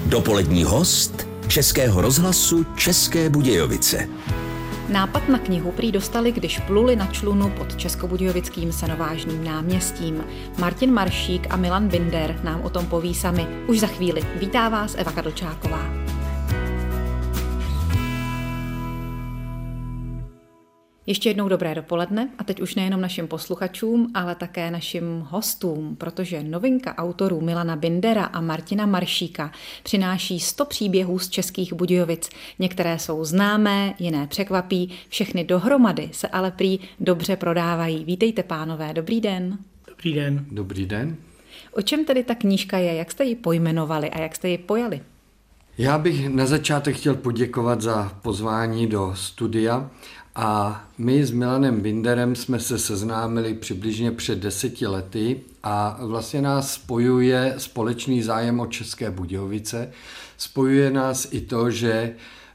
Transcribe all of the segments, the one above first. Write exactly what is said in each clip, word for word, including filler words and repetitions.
Dopolední host Českého rozhlasu České Budějovice. Nápad na knihu prý dostali, když pluli na člunu pod českobudějovickým Senovážným náměstím. Martin Maršík a Milan Binder nám o tom poví sami. Už za chvíli. Vítá vás Eva Kadlčáková. Ještě jednou dobré dopoledne a teď už nejenom našim posluchačům, ale také našim hostům, protože novinka autorů Milana Bindera a Martina Maršíka přináší sto příběhů z českých Budějovic. Některé jsou známé, jiné překvapí, všechny dohromady se ale prý dobře prodávají. Vítejte, pánové, dobrý den. Dobrý den. Dobrý den. O čem tedy ta knížka je, jak jste ji pojmenovali a jak jste ji pojali? Já bych na začátek chtěl poděkovat za pozvání do studia. A my s Milanem Binderem jsme se seznámili přibližně před deseti lety a vlastně nás spojuje společný zájem o České Budějovice. Spojuje nás i to, že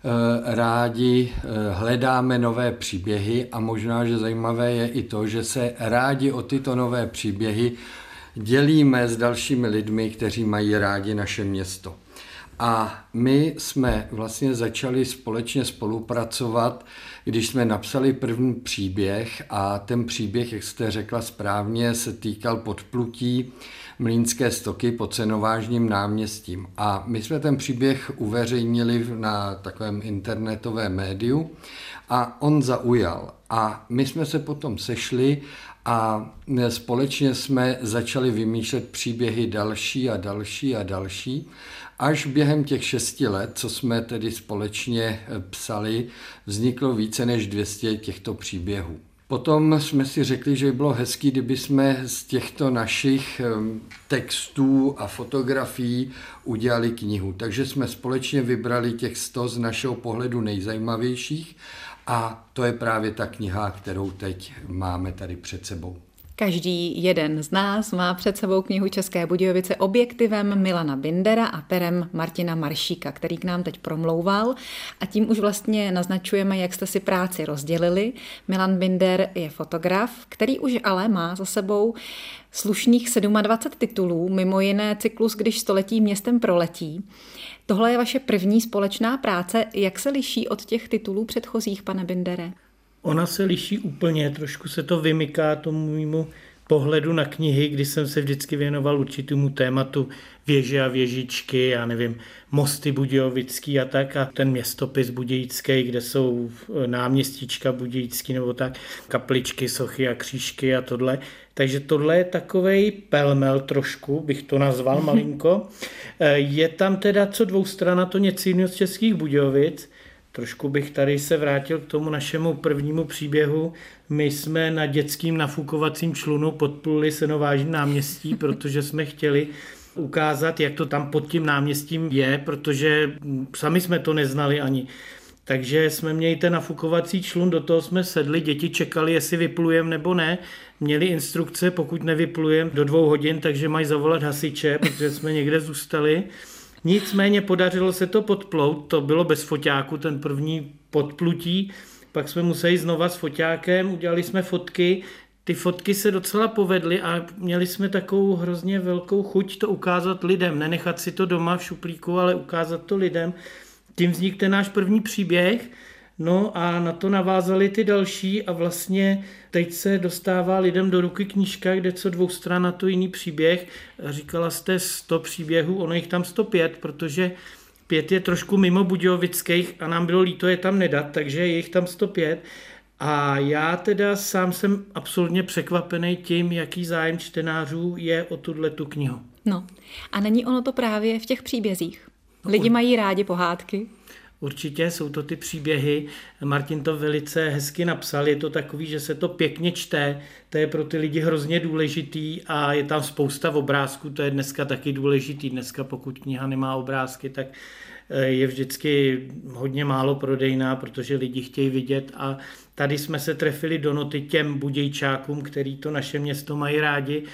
rádi hledáme nové příběhy a možná, že zajímavé je i to, že se rádi o tyto nové příběhy dělíme s dalšími lidmi, kteří mají rádi naše město. A my jsme vlastně začali společně spolupracovat, když jsme napsali první příběh a ten příběh, jak jste řekla správně, se týkal podplutí Mlýnské Stoky pod Senovážním náměstím. A my jsme ten příběh uveřejnili na takovém internetovém médiu a on zaujal. A my jsme se potom sešli a společně jsme začali vymýšlet příběhy další a další a další. Až během těch šesti let, co jsme tedy společně psali, vzniklo více než dvě stě těchto příběhů. Potom jsme si řekli, že by bylo hezký, kdyby jsme z těchto našich textů a fotografií udělali knihu. Takže jsme společně vybrali těch sto z našeho pohledu nejzajímavějších a to je právě ta kniha, kterou teď máme tady před sebou. Každý jeden z nás má před sebou knihu České Budějovice objektivem Milana Bindera a perem Martina Maršíka, který k nám teď promlouval a tím už vlastně naznačujeme, jak jste si práci rozdělili. Milan Binder je fotograf, který už ale má za sebou slušných dvacet sedm titulů, mimo jiné cyklus Když století městem proletí. Tohle je vaše první společná práce. Jak se liší od těch titulů předchozích, pane Bindere? Ona se liší úplně, trošku se to vymyká tomu mému pohledu na knihy, kdy jsem se vždycky věnoval určitému tématu věže a věžičky, já nevím, mosty budějovický a tak a ten městopis budějický, kde jsou náměstíčka budějický nebo tak, kapličky, sochy a křížky a tohle. Takže tohle je takovej pelmel trošku, bych to nazval malinko. Je tam teda co dvoustrana to něco jiného z českých Budějovic. Trošku bych tady se vrátil k tomu našemu prvnímu příběhu. My jsme na dětským nafukovacím člunu podpluli Senovážní náměstí, protože jsme chtěli ukázat, jak to tam pod tím náměstím je, protože sami jsme to neznali ani. Takže jsme měli ten nafukovací člun, do toho jsme sedli, děti čekali, jestli vyplujeme nebo ne. Měli instrukce, pokud nevyplujeme do dvou hodin, takže mají zavolat hasiče, protože jsme někde zůstali. Nicméně podařilo se to podplout, to bylo bez foťáku, ten první podplutí, pak jsme museli znova s foťákem, udělali jsme fotky, ty fotky se docela povedly a měli jsme takovou hrozně velkou chuť to ukázat lidem, nenechat si to doma v šuplíku, ale ukázat to lidem. Tím vznikl ten náš první příběh, no a na to navázali ty další a vlastně teď se dostává lidem do ruky knížka, kde co dvou stran na to jiný příběh. Říkala jste sto příběhů, ono jich tam sto pět, protože pět je trošku mimo budějovických a nám bylo líto je tam nedat, takže je jich tam sto pět. A já teda sám jsem absolutně překvapený tím, jaký zájem čtenářů je o tuhletu knihu. No a není ono to právě v těch příbězích? Lidi mají rádi pohádky? Určitě jsou to ty příběhy, Martin to velice hezky napsal, je to takový, že se to pěkně čte, to je pro ty lidi hrozně důležitý a je tam spousta obrázků, to je dneska taky důležitý, dneska pokud kniha nemá obrázky, tak je vždycky hodně málo prodejná, protože lidi chtějí vidět a tady jsme se trefili do noty těm budějčákům, který to naše město mají rádi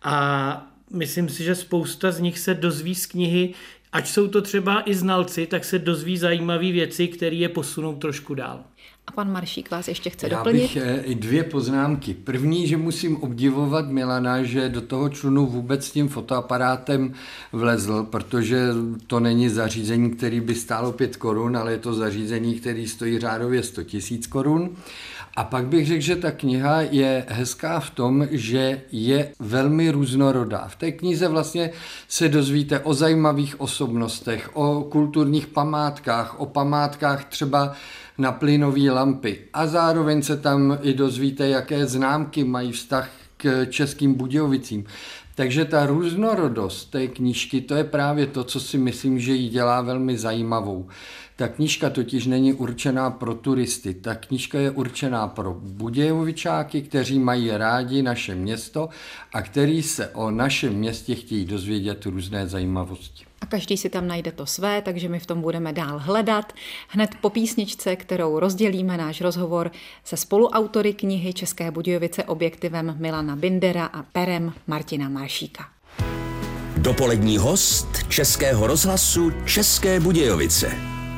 a myslím si, že spousta z nich se dozví z knihy, ať jsou to třeba i znalci, tak se dozví zajímavé věci, které je posunou trošku dál. A pan Maršík vás ještě chce Já doplnit? bych i dvě poznámky. První, že musím obdivovat Milana, že do toho člunu vůbec s tím fotoaparátem vlezl, protože to není zařízení, který by stálo pět korun, ale je to zařízení, který stojí řádově sto tisíc korun. A pak bych řekl, že ta kniha je hezká v tom, že je velmi různorodá. V té knize vlastně se dozvíte o zajímavých osobnostech, o kulturních památkách, o památkách třeba na plynové lampy. A zároveň se tam i dozvíte, jaké známky mají vztah k Českým Budějovicím. Takže ta různorodost té knížky, to je právě to, co si myslím, že ji dělá velmi zajímavou. Ta knížka totiž není určená pro turisty, ta knížka je určená pro Budějovičáky, kteří mají rádi naše město a kteří se o našem městě chtějí dozvědět různé zajímavosti. A každý si tam najde to své, takže my v tom budeme dál hledat. Hned po písničce, kterou rozdělíme náš rozhovor se spoluautory knihy České Budějovice objektivem Milana Bindera a perem Martina Maršíka. Dopolední host Českého rozhlasu České Budějovice.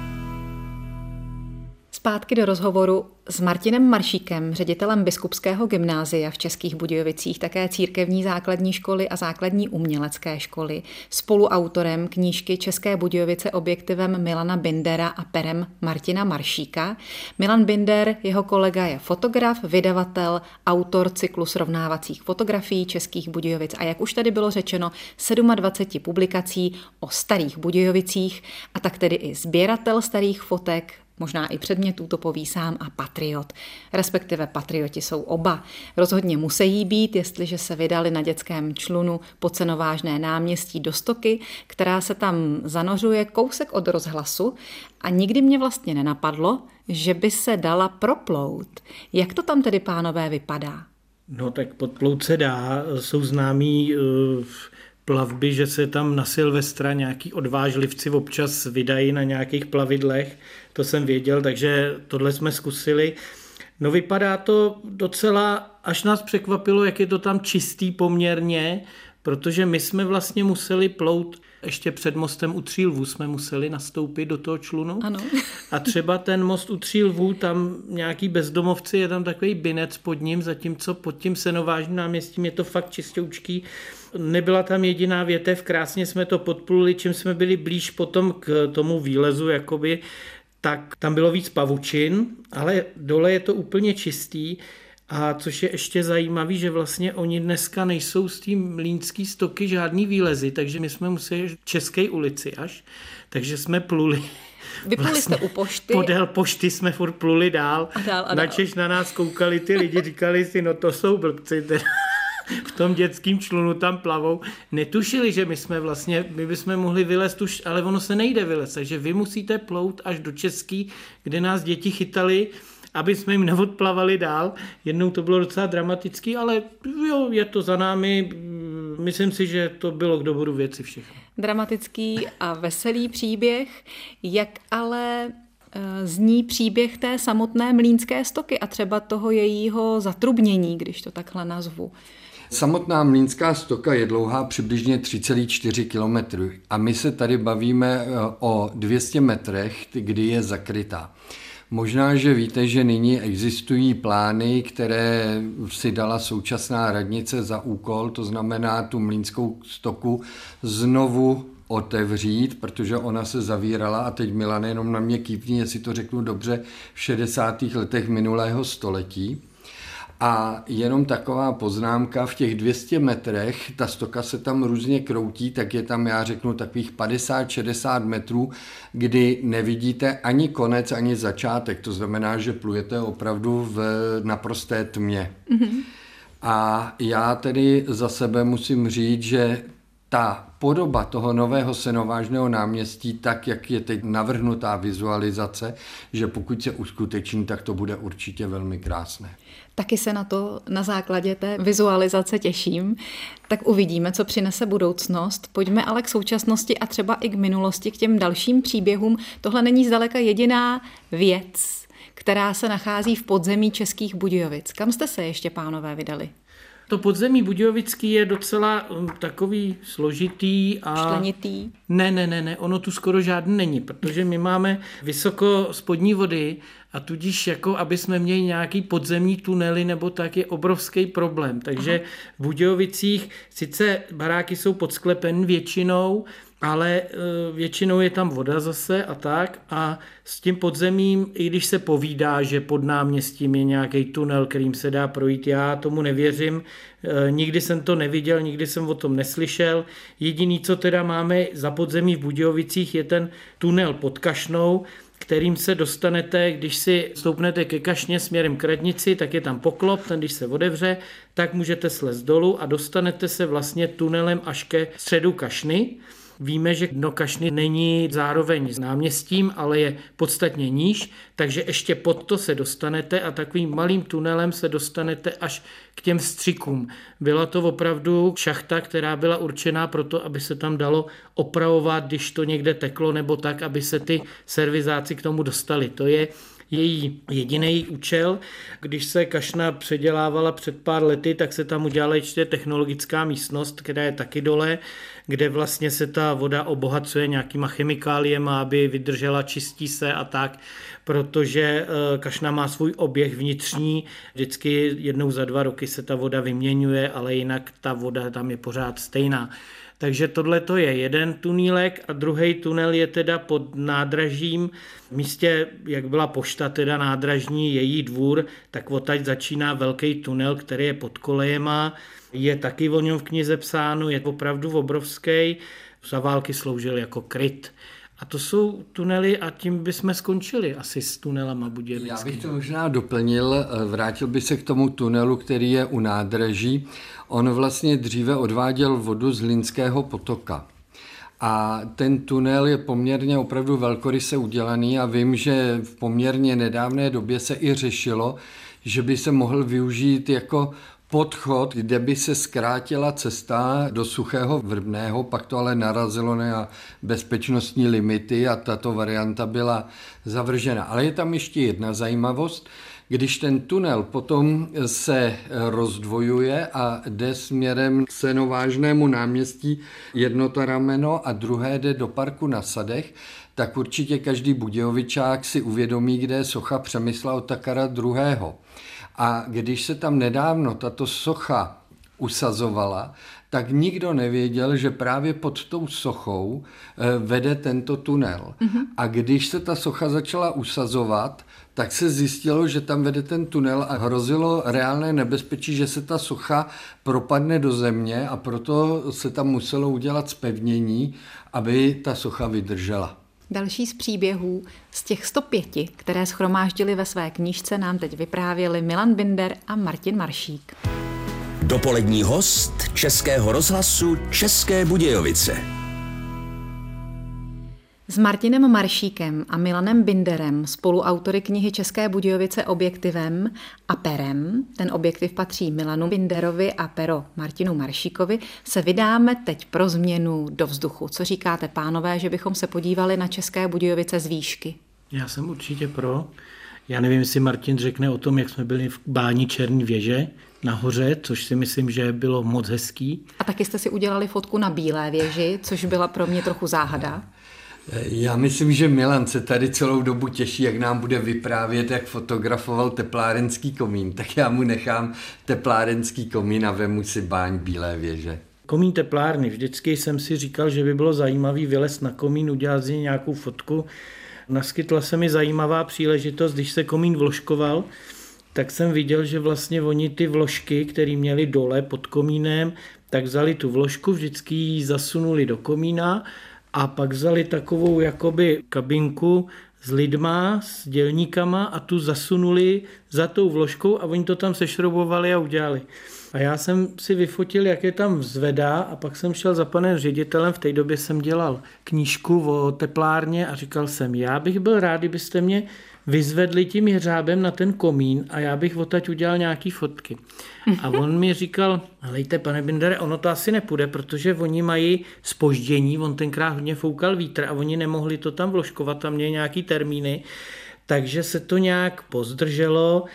Zpátky do rozhovoru s Martinem Maršíkem, ředitelem Biskupského gymnázia v Českých Budějovicích, také církevní základní školy a základní umělecké školy, spoluautorem knížky České Budějovice objektivem Milana Bindera a perem Martina Maršíka. Milan Binder, jeho kolega, je fotograf, vydavatel, autor cyklu srovnávacích fotografií Českých Budějovic a jak už tady bylo řečeno, dvacet sedm publikací o starých Budějovicích a tak tedy i sběratel starých fotek, možná i předmětů, to poví sám, a patriot. Respektive patrioti jsou oba. Rozhodně musí být, jestliže se vydali na dětském člunu po Cenovážné náměstí do Stoky, která se tam zanořuje kousek od rozhlasu a nikdy mě vlastně nenapadlo, že by se dala proplout. Jak to tam tedy, pánové, vypadá? No tak podplout se dá, jsou známí uh, plavby, že se tam na Silvestra nějaký odvážlivci občas vydají na nějakých plavidlech, to jsem věděl, takže tohle jsme zkusili. No vypadá to docela, až nás překvapilo, jak je to tam čistý poměrně, protože my jsme vlastně museli plout, ještě před mostem u Tří lvů jsme museli nastoupit do toho člunu. Ano. A třeba ten most u Tří lvů, tam nějaký bezdomovci, je tam takový binec pod ním, zatímco pod tím Senovážným náměstím je to fakt čistoučký. Nebyla tam jediná větev, krásně jsme to podpluli, čím jsme byli blíž potom k tomu výlezu, jakoby, tak tam bylo víc pavučin, ale dole je to úplně čistý. A což je ještě zajímavý, že vlastně oni dneska nejsou z té Mlýnské Stoky žádný výlezy, takže my jsme museli v České ulici až, takže jsme pluli. Vypluli vlastně jste u pošty. Podél pošty jsme furt pluli dál. A dál, a dál. Načež na nás koukali ty lidi, říkali si, no to jsou blbci, teda v tom dětském člunu tam plavou. Netušili, že my jsme vlastně, my bychom mohli vylézt už, ale ono se nejde vylézt, takže vy musíte plout až do Český, kde nás děti chytali, aby jsme jim neodplavali dál. Jednou to bylo docela dramatický, ale jo, je to za námi. Myslím si, že to bylo k dobru věci všechno. Dramatický a veselý příběh, jak ale zní příběh té samotné Mlýnské Stoky a třeba toho jejího zatrubnění, když to takhle nazvu. Samotná Mlýnská Stoka je dlouhá přibližně tři celé čtyři kilometry a my se tady bavíme o dvě stě metrech, kdy je zakrytá. Možná, že víte, že nyní existují plány, které si dala současná radnice za úkol, to znamená tu Mlýnskou Stoku znovu otevřít, protože ona se zavírala a teď Milan jenom na mě kývní, jestli to řeknu dobře, v šedesátých letech minulého století. A jenom taková poznámka, v těch dvě stě metrech, ta stoka se tam různě kroutí, tak je tam, já řeknu, takových padesát šedesát metrů, kdy nevidíte ani konec, ani začátek. To znamená, že plujete opravdu v naprosté tmě. Mm-hmm. A já tedy za sebe musím říct, že ta podoba toho nového Senovážného náměstí, tak jak je teď navrhnutá vizualizace, že pokud se uskuteční, tak to bude určitě velmi krásné. Taky se na to na základě té vizualizace těším. Tak uvidíme, co přinese budoucnost. Pojďme ale k současnosti a třeba i k minulosti, k těm dalším příběhům. Tohle není zdaleka jediná věc, která se nachází v podzemí Českých Budějovic. Kam jste se ještě, pánové, vydali? To podzemí budějovický je docela um, takový složitý a... Šlenitý? Ne, ne, ne, ne, ono tu skoro žádný není, protože my máme vysoko spodní vody a tudíž jako, aby jsme měli nějaký podzemní tunely nebo tak, je obrovský problém. Takže Aha. v Budějovicích sice baráky jsou podsklepený většinou, ale většinou je tam voda zase a tak a s tím podzemím, i když se povídá, že pod náměstím je nějaký tunel, kterým se dá projít, já tomu nevěřím, nikdy jsem to neviděl, nikdy jsem o tom neslyšel. Jediný, co teda máme za podzemí v Budějovicích, je ten tunel pod Kašnou, kterým se dostanete, když si stoupnete ke Kašně směrem k radnici, tak je tam poklop, ten když se otevře, tak můžete slést dolů a dostanete se vlastně tunelem až ke středu Kašny. Víme, že dno Kašny není zároveň s náměstím, ale je podstatně níž, takže ještě pod to se dostanete a takovým malým tunelem se dostanete až k těm střikům. Byla to opravdu šachta, která byla určená pro to, aby se tam dalo opravovat, když to někde teklo, nebo tak, aby se ty servizáci k tomu dostali. To je její jediný účel. Když se Kašna předělávala před pár lety, tak se tam udělala ještě technologická místnost, která je taky dole, kde vlastně se ta voda obohacuje nějakýma chemikáliema, aby vydržela, čistí se a tak, protože Kašna má svůj oběh vnitřní, vždycky jednou za dva roky se ta voda vyměňuje, ale jinak ta voda tam je pořád stejná. Takže tohle to je jeden tunílek a druhý tunel je teda pod nádražím. V místě, jak byla pošta, teda nádražní, její dvůr, tak odtaď začíná velký tunel, který je pod kolejema. Je taky o něm v knize psáno, je opravdu obrovský. Za války sloužil jako kryt. A to jsou tunely a tím bychom skončili asi s tunelama budějovickými. Já bych to možná doplnil, vrátil bych se k tomu tunelu, který je u nádraží. On vlastně dříve odváděl vodu z Hlinského potoka. A ten tunel je poměrně opravdu velkoryse udělaný a vím, že v poměrně nedávné době se i řešilo, že by se mohl využít jako podchod, kde by se zkrátila cesta do Suchého Vrbného, pak to ale narazilo na bezpečnostní limity a tato varianta byla zavržena. Ale je tam ještě jedna zajímavost. Když ten tunel potom se rozdvojuje a jde směrem k Senovážnému náměstí jedno to rameno a druhé jde do parku na Sadech, tak určitě každý Budějovičák si uvědomí, kde je socha Přemysla Otakara druhého. A když se tam nedávno tato socha usazovala, tak nikdo nevěděl, že právě pod tou sochou vede tento tunel. Mm-hmm. A když se ta socha začala usazovat, tak se zjistilo, že tam vede ten tunel a hrozilo reálné nebezpečí, že se ta socha propadne do země a proto se tam muselo udělat zpevnění, aby ta socha vydržela. Další z příběhů z těch sto pěti, které shromáždili ve své knížce, nám teď vyprávěli Milan Binder a Martin Maršík. Dopolední host Českého rozhlasu České Budějovice. S Martinem Maršíkem a Milanem Binderem, spoluautory knihy České Budějovice objektivem a perem, ten objektiv patří Milanu Binderovi a pero Martinu Maršíkovi, se vydáme teď pro změnu do vzduchu. Co říkáte, pánové, že bychom se podívali na České Budějovice z výšky? Já jsem určitě pro. Já nevím, jestli Martin řekne o tom, jak jsme byli v bání Černý věže nahoře, což si myslím, že bylo moc hezký. A taky jste si udělali fotku na Bílé věži, což byla pro mě trochu záhada. Já myslím, že Milan se tady celou dobu těší, jak nám bude vyprávět, jak fotografoval teplárenský komín. Tak já mu nechám teplárenský komín a vemu si báň Bílé věže. Komín teplárny. Vždycky jsem si říkal, že by bylo zajímavý vylézt na komín, udělat z něj nějakou fotku. Naskytla se mi zajímavá příležitost, když se komín vložkoval, tak jsem viděl, že vlastně oni ty vložky, které měli dole pod komínem, tak vzali tu vložku, vždycky ji zasunuli do komína a pak vzali takovou jakoby kabinku s lidma, s dělníkama a tu zasunuli za tou vložkou a oni to tam sešroubovali a udělali. A já jsem si vyfotil, jak je tam zvedá a pak jsem šel za panem ředitelem, v té době jsem dělal knížku o teplárně a říkal jsem, já bych byl rád, kdybyste mě vyzvedli tím jeřábem na ten komín a já bych odtaď udělal nějaký fotky. A on mi říkal, helejte, pane Bindere, ono to asi nepůjde, protože oni mají zpoždění, on tenkrát hodně foukal vítr a oni nemohli to tam vložkovat, tam měli nějaký termíny, takže se to nějak pozdrželo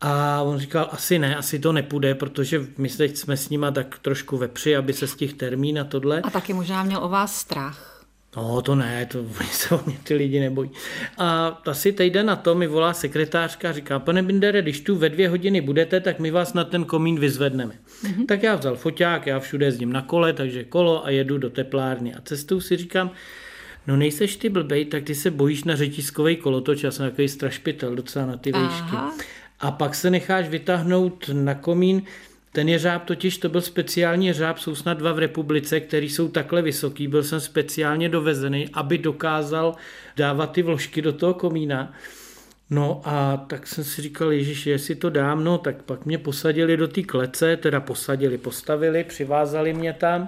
A on říkal, asi ne, asi to nepůjde, protože my teď jsme s nima tak trošku vepři, aby se stihl termín a tohle. A taky možná měl o vás strach. No to ne, to se o mě ty lidi nebojí. A asi týden na to mi volá sekretářka a říká, pane Bindere, když tu ve dvě hodiny budete, tak my vás na ten komín vyzvedneme. Mm-hmm. Tak já vzal foťák, já všude jezdím na kole, takže kolo a jedu do teplárny. A cestou si říkám, no nejseš ty blbej, tak ty se bojíš na řetiskovej kolotoč, já jsem takový strašpitel docela na ty výšky. A pak se necháš vytáhnout na komín. Ten jeřáb totiž, to byl speciální jeřáb, jsou snad dva v republice, který jsou takhle vysoký. Byl jsem speciálně dovezený, aby dokázal dávat ty vložky do toho komína. No a tak jsem si říkal, ježiš, jestli to dám, no tak pak mě posadili do té klece, teda posadili, postavili, přivázali mě tam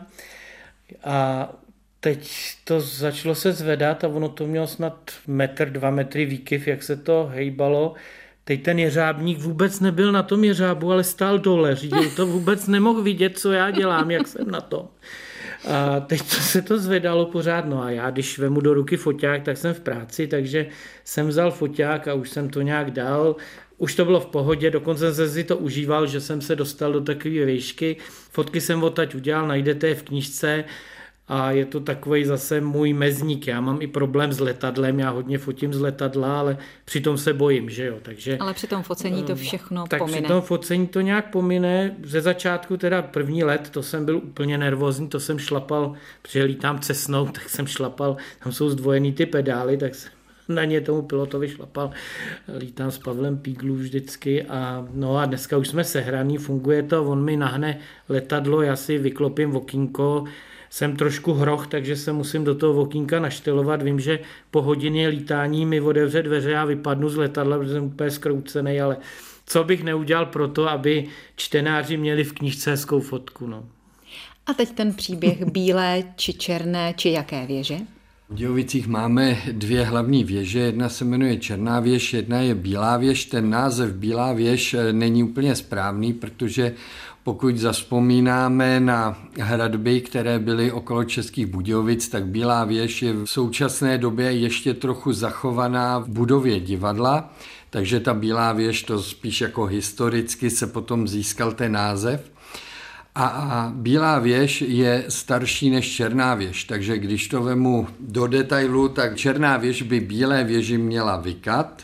a teď to začalo se zvedat a ono to mělo snad metr, dva metry výkyv, jak se to hejbalo. Teď ten jeřábník vůbec nebyl na tom jeřábu, ale stál dole. Řídil to vůbec nemohl vidět, co já dělám, jak jsem na tom. A teď to se to zvedalo pořád. No a já, když vemu do ruky foťák, tak jsem v práci, takže jsem vzal foťák a už jsem to nějak dal. Už to bylo v pohodě, dokonce jsem si to užíval, že jsem se dostal do takové výšky. Fotky jsem odtaď udělal, najdete je v knížce. A je to takovej zase můj mezník. Já mám i problém s letadlem, já hodně fotím z letadla, ale přitom se bojím, že jo. Takže, ale při tom focení to všechno tak pomine. Tak při tom focení to nějak pomine. Ze začátku teda první let, to jsem byl úplně nervózní, to jsem šlapal, protože lítám cesnou, tak jsem šlapal, tam jsou zdvojený ty pedály, tak jsem na ně tomu pilotovi šlapal. Lítám s Pavlem Píglů vždycky a no a dneska už jsme sehraný, funguje to, on mi nahne letadlo, já si vyklopím okýnko, jsem trošku hroch, takže se musím do toho okýnka naštelovat. Vím, že po hodině lítání mi otevře dveře a vypadnu z letadla, protože jsem úplně zkroucený, ale co bych neudělal pro to, aby čtenáři měli v knížce hezkou fotku. No. A teď ten příběh bílé či černé či jaké věže? V Budějovicích máme dvě hlavní věže, jedna se jmenuje Černá věž, jedna je Bílá věž. Ten název Bílá věž není úplně správný, protože pokud zavzpomínáme na hradby, které byly okolo Českých Budějovic, tak Bílá věž je v současné době ještě trochu zachovaná v budově divadla, takže ta Bílá věž, to spíš jako historicky se potom získal ten název. A Bílá věž je starší než Černá věž, takže když to vemu do detailu, tak Černá věž by Bílé věži měla vykat.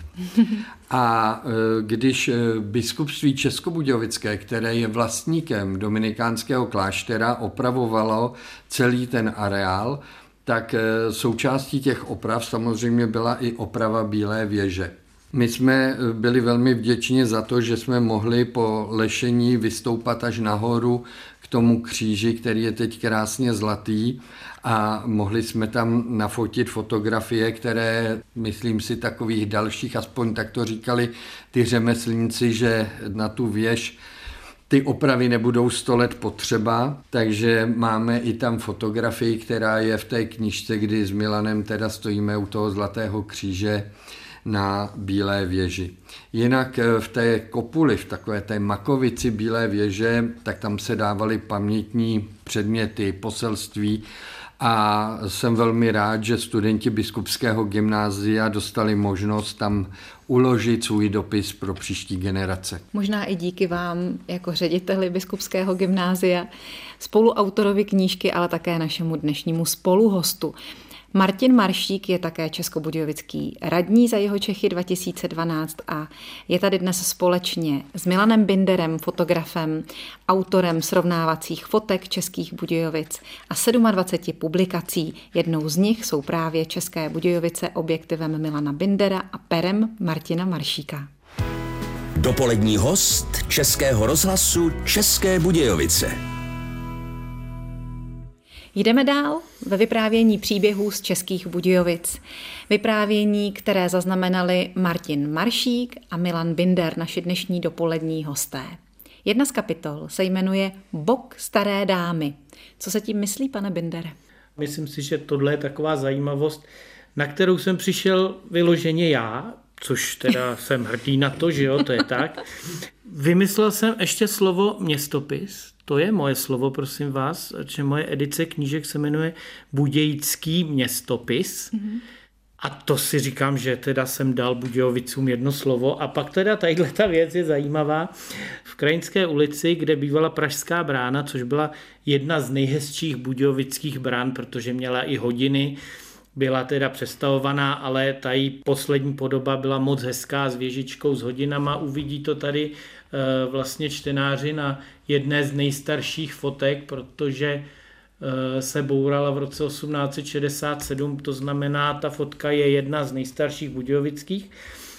A když biskupství Českobudějovické, které je vlastníkem dominikánského kláštera, opravovalo celý ten areál, tak součástí těch oprav samozřejmě byla i oprava Bílé věže. My jsme byli velmi vděční za to, že jsme mohli po lešení vystoupat až nahoru k tomu kříži, který je teď krásně zlatý, a mohli jsme tam nafotit fotografie, které, myslím si, takových dalších, aspoň tak to říkali ty řemeslníci, že na tu věž ty opravy nebudou sto let potřeba, takže máme i tam fotografii, která je v té knížce, kdy s Milanem teda stojíme u toho zlatého kříže na Bílé věži. Jinak v té kopuli, v takové té makovici Bílé věže, tak tam se dávaly pamětní předměty, poselství, a jsem velmi rád, že studenti biskupského gymnázia dostali možnost tam uložit svůj dopis pro příští generace. Možná i díky vám jako řediteli biskupského gymnázia, spoluautorovi knížky, ale také našemu dnešnímu spoluhostu. Martin Maršík je také českobudějovický radní za Jihočechy dva tisíce dvanáct a je tady dnes společně s Milanem Binderem, fotografem, autorem srovnávacích fotek Českých Budějovic a dvaceti sedmi publikací. Jednou z nich jsou právě České Budějovice objektivem Milana Bindera a perem Martina Maršíka. Dopolední host Českého rozhlasu České Budějovice. Jdeme dál ve vyprávění příběhů z Českých Budějovic. Vyprávění, které zaznamenali Martin Maršík a Milan Binder, naši dnešní dopolední hosté. Jedna z kapitol se jmenuje Bok staré dámy. Co se tím myslí, pane Bindere? Myslím si, že tohle je taková zajímavost, na kterou jsem přišel vyloženě já, což teda jsem hrdý na to, že jo, to je tak. Vymyslel jsem ještě slovo městopis. To je moje slovo, prosím vás, že moje edice knížek se jmenuje Budějický městopis. Mm-hmm. A to si říkám, že teda jsem dal Budějovicům jedno slovo. A pak teda tadyhle ta věc je zajímavá. V Krajinské ulici, kde bývala Pražská brána, což byla jedna z nejhezčích budějovických brán, protože měla i hodiny, byla teda přestavovaná, ale ta její poslední podoba byla moc hezká s věžičkou, s hodinama. Uvidí to tady e, vlastně čtenáři na jedné z nejstarších fotek, protože se bourala v roce osmnáct set šedesát sedm, to znamená, ta fotka je jedna z nejstarších budějovických.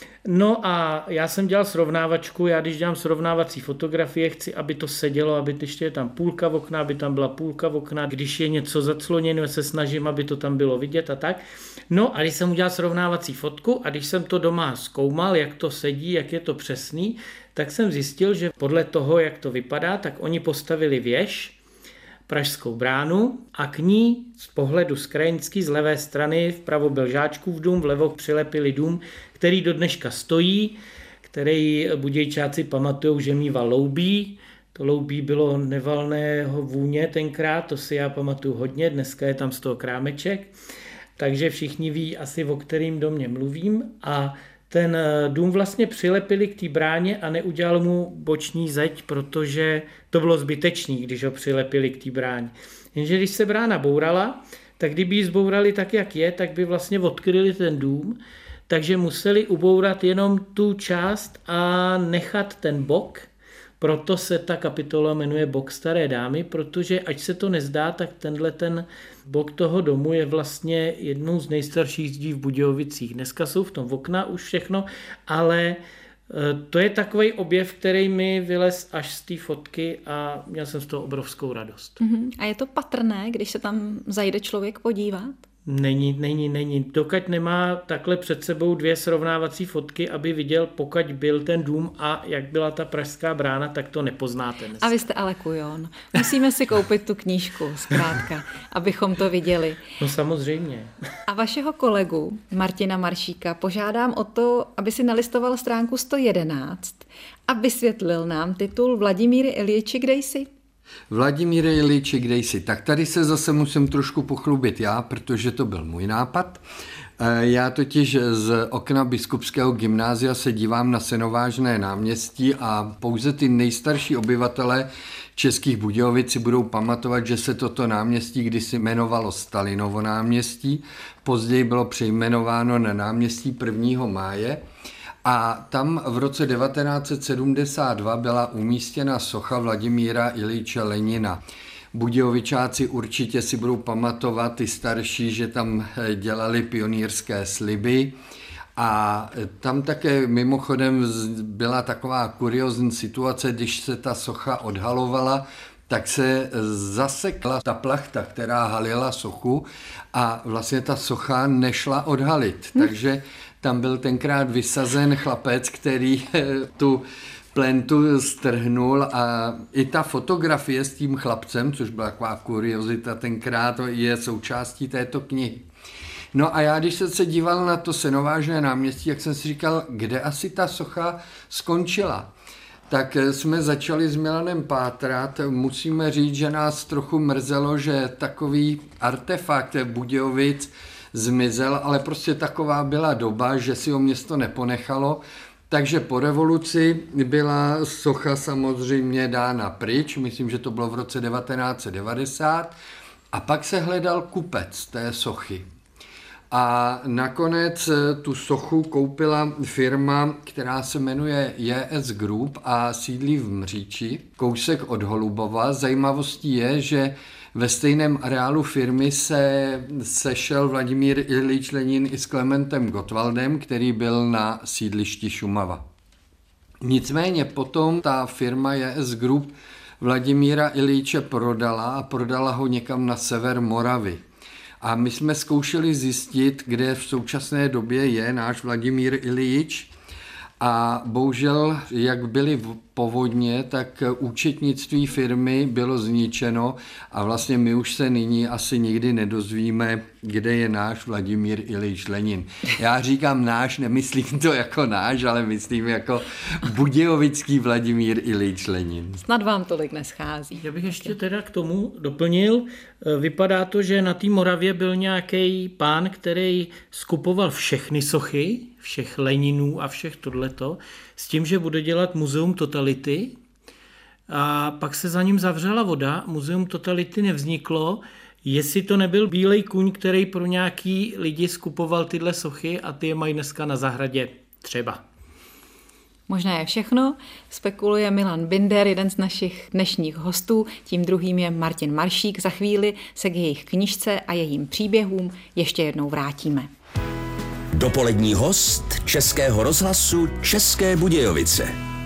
No a já jsem dělal srovnávačku, já když dělám srovnávací fotografie, chci, aby to sedělo, aby ještě je tam půlka v okna, aby tam byla půlka v okna, když je něco zacloněno, se snažím, aby to tam bylo vidět a tak. No a když jsem udělal srovnávací fotku a když jsem to doma zkoumal, jak to sedí, jak je to přesný, tak jsem zjistil, že podle toho, jak to vypadá, tak oni postavili věž, Pražskou bránu a k ní z pohledu z Krajinský z levé strany vpravo byl Žáčkův dům, vlevo přilepili dům, který do dneška stojí, který Budějčáci pamatujou, že mýval loubí. To loubí bylo nevalného vůně tenkrát, to si já pamatuju hodně, dneska je tam z toho krámeček, takže všichni ví asi, o kterým domě mluvím. A ten dům vlastně přilepili k té bráně a neudělal mu boční zeď, protože to bylo zbytečný, když ho přilepili k té bráně. Jenže když se brána bourala, tak kdyby ji zbourali tak, jak je, tak by vlastně odkryli ten dům, takže museli ubourat jenom tu část a nechat ten bok. Proto se ta kapitola jmenuje Bok staré dámy, protože ať se to nezdá, tak tenhle ten bok toho domu je vlastně jednou z nejstarších zdí v Budějovicích. Dneska jsou v tom okna už všechno, ale to je takový objev, který mi vylez až z té fotky a měl jsem z toho obrovskou radost. Uh-huh. A je to patrné, když se tam zajde člověk podívat? Není, není, není. Dokud nemá takhle před sebou dvě srovnávací fotky, aby viděl, pokud byl ten dům a jak byla ta Pražská brána, tak to nepoznáte dnes. A vy jste ale kujon. Musíme si koupit tu knížku zkrátka, abychom to viděli. No samozřejmě. A vašeho kolegu Martina Maršíka požádám o to, aby si nalistoval stránku sto jedenáct a vysvětlil nám titul Vladimír Iljiči, kde jsi? Vladimír Iljiči, kde jsi? Tak tady se zase musím trošku pochlubit já, protože to byl můj nápad. Já totiž z okna Biskupského gymnázia se dívám na Senovážné náměstí a pouze ty nejstarší obyvatelé Českých Budějovic si budou pamatovat, že se toto náměstí kdysi jmenovalo Stalinovo náměstí, později bylo přejmenováno na náměstí prvního máje. A tam v roce devatenáct set sedmdesát dva byla umístěna socha Vladimíra Iljiče Lenina. Budějovičáci určitě si budou pamatovat, ty starší, že tam dělali pionýrské sliby. A tam také mimochodem byla taková kuriózní situace, když se ta socha odhalovala, tak se zasekla ta plachta, která halila sochu a vlastně ta socha nešla odhalit. Hm. Takže tam byl tenkrát vysazen chlapec, který tu plentu strhnul a i ta fotografie s tím chlapcem, což byla taková kuriozita tenkrát, je součástí této knihy. No a já, když jsem se díval na to Senovážné náměstí, jak jsem si říkal, kde asi ta socha skončila. Tak jsme začali s Milanem pátrat. Musíme říct, že nás trochu mrzelo, že takový artefakt Budějovic zmizel, ale prostě taková byla doba, že si ho město neponechalo. Takže po revoluci byla socha samozřejmě dána pryč, myslím, že to bylo v roce devatenáct set devadesát, a pak se hledal kupec té sochy. A nakonec tu sochu koupila firma, která se jmenuje J S Group a sídlí v Mříči, kousek od Holubova. Zajímavostí je, že ve stejném areálu firmy se sešel Vladimír Iljič Lenin i s Klementem Gottwaldem, který byl na sídlišti Šumava. Nicméně potom ta firma J S Group Vladimíra Iljiče prodala a prodala ho někam na sever Moravy. A my jsme zkoušeli zjistit, kde v současné době je náš Vladimír Iljič. A bohužel, jak byly povodně, tak účetnictví firmy bylo zničeno a vlastně my už se nyní asi nikdy nedozvíme, kde je náš Vladimír Iljič Lenin. Já říkám náš, nemyslím to jako náš, ale myslím jako budějovický Vladimír Iljič Lenin. Snad vám tolik neschází. Já bych ještě teda k tomu doplnil. Vypadá to, že na té Moravě byl nějaký pán, který skupoval všechny sochy, všech Leninů a všech tohleto, s tím, že bude dělat muzeum totality. A pak se za ním zavřela voda, muzeum totality nevzniklo. Jestli to nebyl bílej kůň, který pro nějaký lidi skupoval tyhle sochy a ty je mají dneska na zahradě třeba. Možná je všechno. Spekuluje Milan Binder, jeden z našich dnešních hostů. Tím druhým je Martin Maršík. Za chvíli se k jejich knížce a jejím příběhům ještě jednou vrátíme. Dopolední host Českého rozhlasu České Budějovice.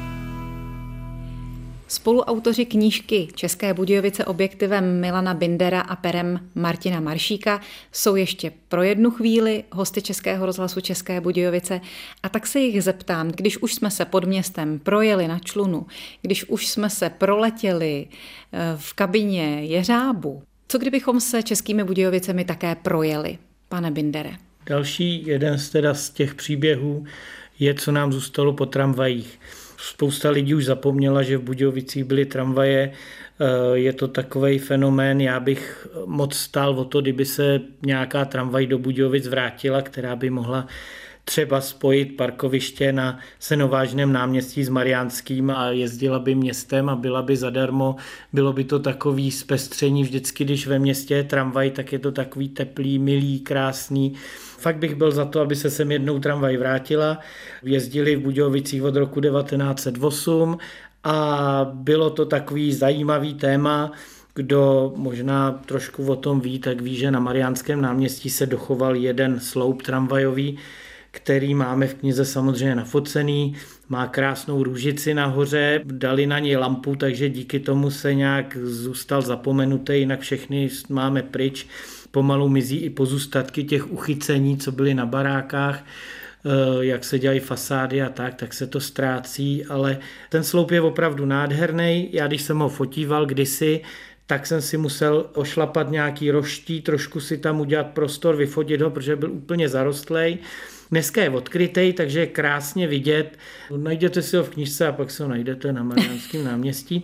Spoluautoři knížky České Budějovice objektivem Milana Bindera a perem Martina Maršíka jsou ještě pro jednu chvíli hosty Českého rozhlasu České Budějovice a tak se jich zeptám, když už jsme se pod městem projeli na člunu, když už jsme se proletěli v kabině jeřábu, co kdybychom se Českými Budějovicemi také projeli, pane Bindere? Další jeden z, teda z těch příběhů je, co nám zůstalo po tramvajích. Spousta lidí už zapomněla, že v Budějovicích byly tramvaje. Je to takovej fenomén, já bych moc stál o to, kdyby se nějaká tramvaj do Budějovic vrátila, která by mohla třeba spojit parkoviště na Senovážném náměstí s Mariánským a jezdila by městem a byla by zadarmo. Bylo by to takový zpestření vždycky, když ve městě je tramvaj, tak je to takový teplý, milý, krásný. Fakt bych byl za to, aby se sem jednou tramvaj vrátila. Jezdili v Budějovicích od roku devatenáct set osm a bylo to takový zajímavý téma. Kdo možná trošku o tom ví, tak ví, že na Mariánském náměstí se dochoval jeden sloup tramvajový, který máme v knize samozřejmě nafocený, má krásnou růžici nahoře, dali na něj lampu, takže díky tomu se nějak zůstal zapomenutý, jinak všechny máme pryč. Pomalu mizí i pozůstatky těch uchycení, co byly na barákách, jak se dělají fasády a tak, tak se to ztrácí, ale ten sloup je opravdu nádherný. Já když jsem ho fotíval kdysi, tak jsem si musel ošlapat nějaký roští, trošku si tam udělat prostor, vyfotit ho, protože byl úplně zarostlej. Dneska je odkrytej, takže je krásně vidět. Najděte si ho v knižce a pak se ho najdete na Mariánském náměstí.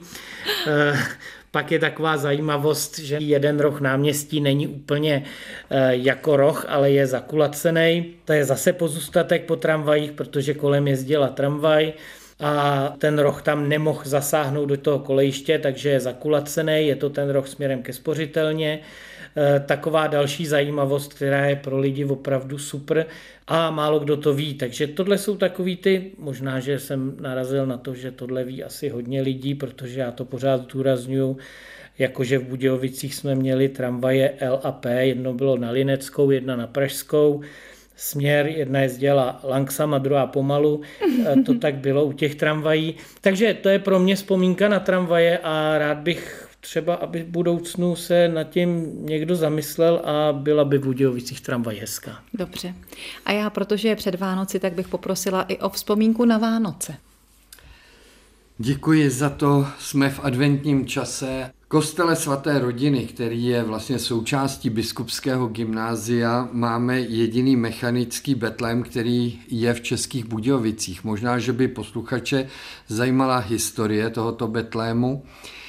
Pak je taková zajímavost, že jeden roh náměstí není úplně jako roh, ale je zakulacený. To je zase pozůstatek po tramvajích, protože kolem jezdila tramvaj a ten roh tam nemohl zasáhnout do toho kolejiště, takže je zakulacený, je to ten roh směrem ke spořitelně. Taková další zajímavost, která je pro lidi opravdu super a málo kdo to ví. Takže tohle jsou takový ty, možná, že jsem narazil na to, že tohle ví asi hodně lidí, protože já to pořád zdůrazňuji, jakože v Budějovicích jsme měli tramvaje L a P, jedno bylo na Lineckou, jedna na Pražskou, směr, jedna jezdila langsam a druhá pomalu, to tak bylo u těch tramvají. Takže to je pro mě vzpomínka na tramvaje a rád bych třeba, aby v budoucnu se nad tím někdo zamyslel a byla by v Budějovicích tramvaj hezká. Dobře. A já, protože je před Vánoci, tak bych poprosila i o vzpomínku na Vánoce. Děkuji za to. Jsme v adventním čase. Kostele svaté rodiny, který je vlastně součástí biskupského gymnázia, máme jediný mechanický betlém, který je v Českých Budějovicích. Možná, že by posluchače zajímala historie tohoto betlému.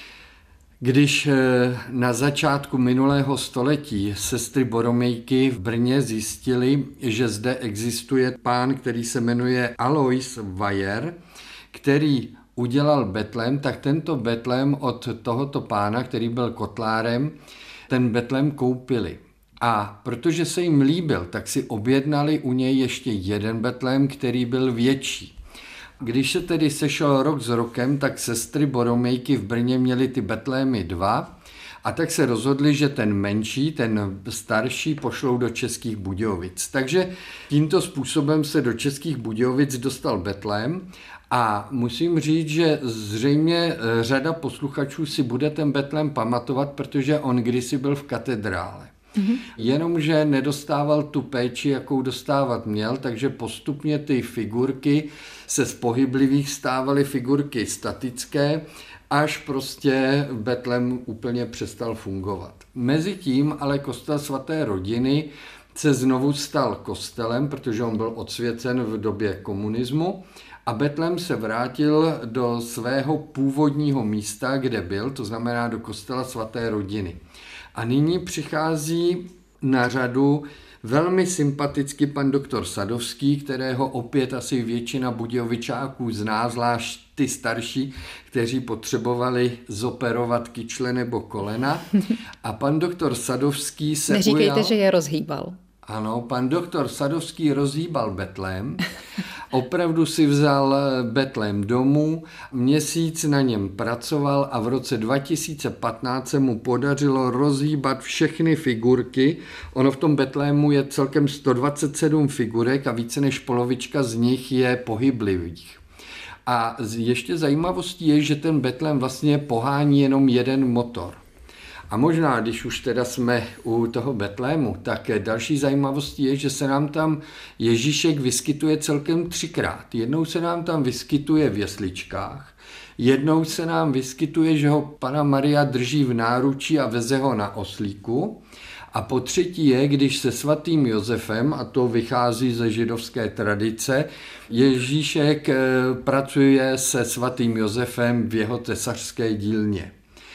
Když na začátku minulého století sestry Boromejky v Brně zjistili, že zde existuje pán, který se jmenuje Alois Vajer, který udělal betlém, tak tento betlém od tohoto pána, který byl kotlárem, ten betlém koupili. A protože se jim líbil, tak si objednali u něj ještě jeden betlém, který byl větší. Když se tedy sešel rok s rokem, tak sestry Boromejky v Brně měly ty betlémy dva a tak se rozhodli, že ten menší, ten starší pošlou do Českých Budějovic. Takže tímto způsobem se do Českých Budějovic dostal betlém a musím říct, že zřejmě řada posluchačů si bude ten betlém pamatovat, protože on kdysi byl v katedrále. Mm-hmm. Jenomže nedostával tu péči, jakou dostávat měl, takže postupně ty figurky se z pohyblivých stávaly figurky statické, až prostě Betlém úplně přestal fungovat. Mezitím ale kostel svaté rodiny se znovu stal kostelem, protože on byl odsvěcen v době komunismu a Betlém se vrátil do svého původního místa, kde byl, to znamená do kostela svaté rodiny. A nyní přichází na řadu velmi sympatický pan doktor Sadovský, kterého opět asi většina Budějovičáků zná, zvlášť ty starší, kteří potřebovali zoperovat kyčle nebo kolena. A pan doktor Sadovský se Neříkejte, ujal... že je rozhýbal. Ano, pan doktor Sadovský rozhýbal Betlém, opravdu si vzal Betlém domů, měsíc na něm pracoval a v roce dva tisíce patnáct se mu podařilo rozhýbat všechny figurky. Ono v tom Betlému je celkem sto dvacet sedm figurek a více než polovička z nich je pohyblivých. A ještě zajímavostí je, že ten Betlém vlastně pohání jenom jeden motor. A možná, když už teda jsme u toho Betlému, tak další zajímavostí je, že se nám tam Ježíšek vyskytuje celkem třikrát. Jednou se nám tam vyskytuje v jesličkách, jednou se nám vyskytuje, že ho Panna Maria drží v náručí a veze ho na oslíku. A po třetí je, když se svatým Josefem, a to vychází ze židovské tradice, Ježíšek pracuje se svatým Josefem v jeho tesařské dílně.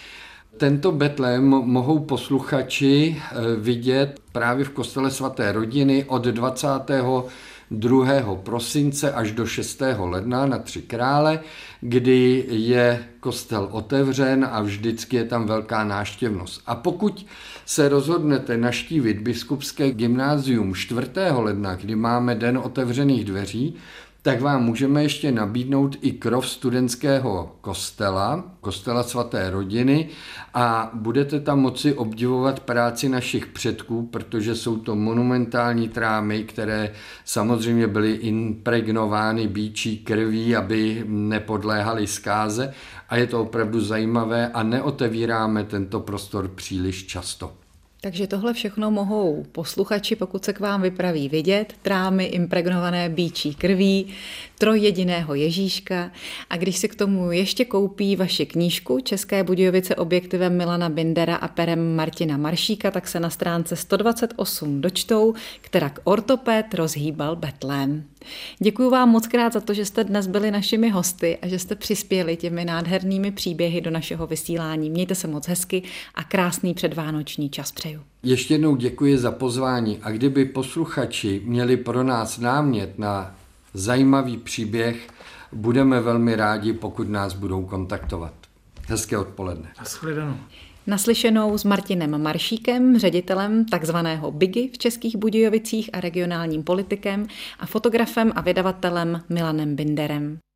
Tento Betlém mohou posluchači vidět právě v kostele svaté rodiny od dvacátého druhého prosince až do šestého ledna na Tři krále, kdy je kostel otevřen a vždycky je tam velká návštěvnost. A pokud se rozhodnete navštívit biskupské gymnázium čtvrtého ledna, kdy máme den otevřených dveří, tak vám můžeme ještě nabídnout i krov studentského kostela, kostela svaté rodiny a budete tam moci obdivovat práci našich předků, protože jsou to monumentální trámy, které samozřejmě byly impregnovány býčí krví, aby nepodléhaly zkáze a je to opravdu zajímavé a neotevíráme tento prostor příliš často. Takže tohle všechno mohou posluchači, pokud se k vám vypraví, vidět. Trámy impregnované býčí krví, trojjediného Ježíška. A když si k tomu ještě koupí vaši knížku České Budějovice objektivem Milana Bindera a perem Martina Maršíka, tak se na stránce sto dvacet osm dočtou, kterak ortoped rozhýbal Betlém. Děkuji vám moc krát za to, že jste dnes byli našimi hosty a že jste přispěli těmi nádhernými příběhy do našeho vysílání. Mějte se moc hezky a krásný předvánoční čas přeju. Ještě jednou děkuji za pozvání a kdyby posluchači měli pro nás námět na zajímavý příběh, budeme velmi rádi, pokud nás budou kontaktovat. Hezké odpoledne. Nashledanou. Naslyšenou s Martinem Maršíkem, ředitelem takzvaného Bigy v Českých Budějovicích a regionálním politikem a fotografem a vydavatelem Milanem Binderem.